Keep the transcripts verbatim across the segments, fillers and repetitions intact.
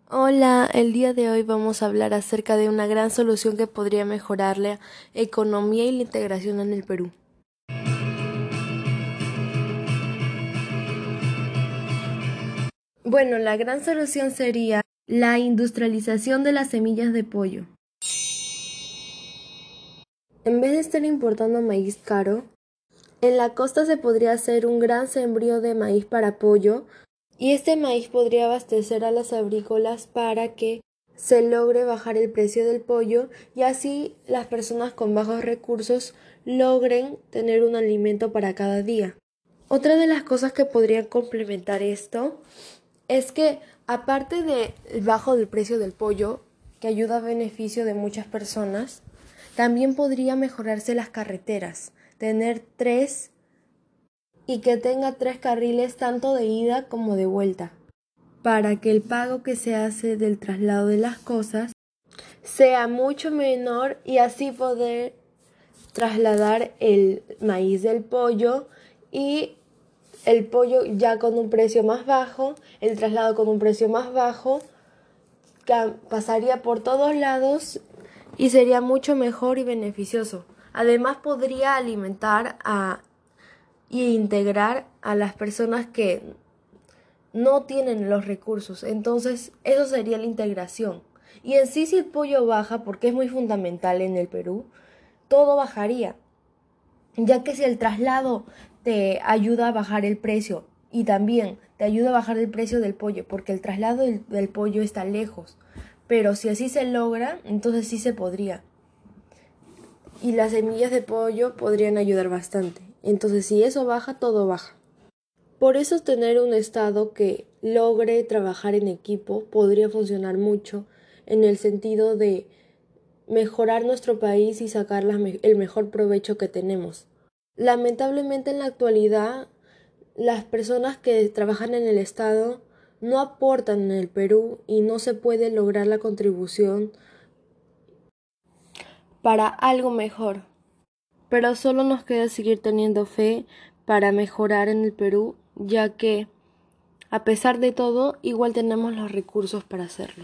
Hola, el día de hoy vamos a hablar acerca de una gran solución que podría mejorar la economía y la integración en el Perú. Bueno, la gran solución sería la industrialización de las semillas de pollo. En vez de estar importando maíz caro, en la costa se podría hacer un gran sembrío de maíz para pollo y este maíz podría abastecer a las agrícolas para que se logre bajar el precio del pollo y así las personas con bajos recursos logren tener un alimento para cada día. Otra de las cosas que podrían complementar esto es que aparte del bajo del precio del pollo, que ayuda a beneficio de muchas personas, también podría mejorarse las carreteras, tener tres y que tenga tres carriles tanto de ida como de vuelta, para que el pago que se hace del traslado de las cosas sea mucho menor y así poder trasladar el maíz del pollo y el pollo ya con un precio más bajo, el traslado con un precio más bajo, pasaría por todos lados y sería mucho mejor y beneficioso. Además podría alimentar a y integrar a las personas que no tienen los recursos. Entonces, eso sería la integración. Y en sí, si el pollo baja, porque es muy fundamental en el Perú, todo bajaría. Ya que si el traslado te ayuda a bajar el precio y también te ayuda a bajar el precio del pollo, porque el traslado del, del pollo está lejos. Pero si así se logra, entonces sí se podría. Y las semillas de pollo podrían ayudar bastante. Entonces, si eso baja, todo baja. Por eso tener un Estado que logre trabajar en equipo podría funcionar mucho en el sentido de mejorar nuestro país y sacar la me- el mejor provecho que tenemos. Lamentablemente en la actualidad las personas que trabajan en el Estado no aportan en el Perú y no se puede lograr la contribución para algo mejor. Pero solo nos queda seguir teniendo fe para mejorar en el Perú, ya que a pesar de todo, igual tenemos los recursos para hacerlo.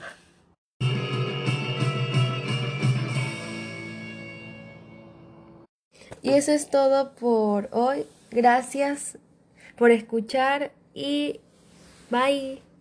Y eso es todo por hoy. Gracias por escuchar y bye.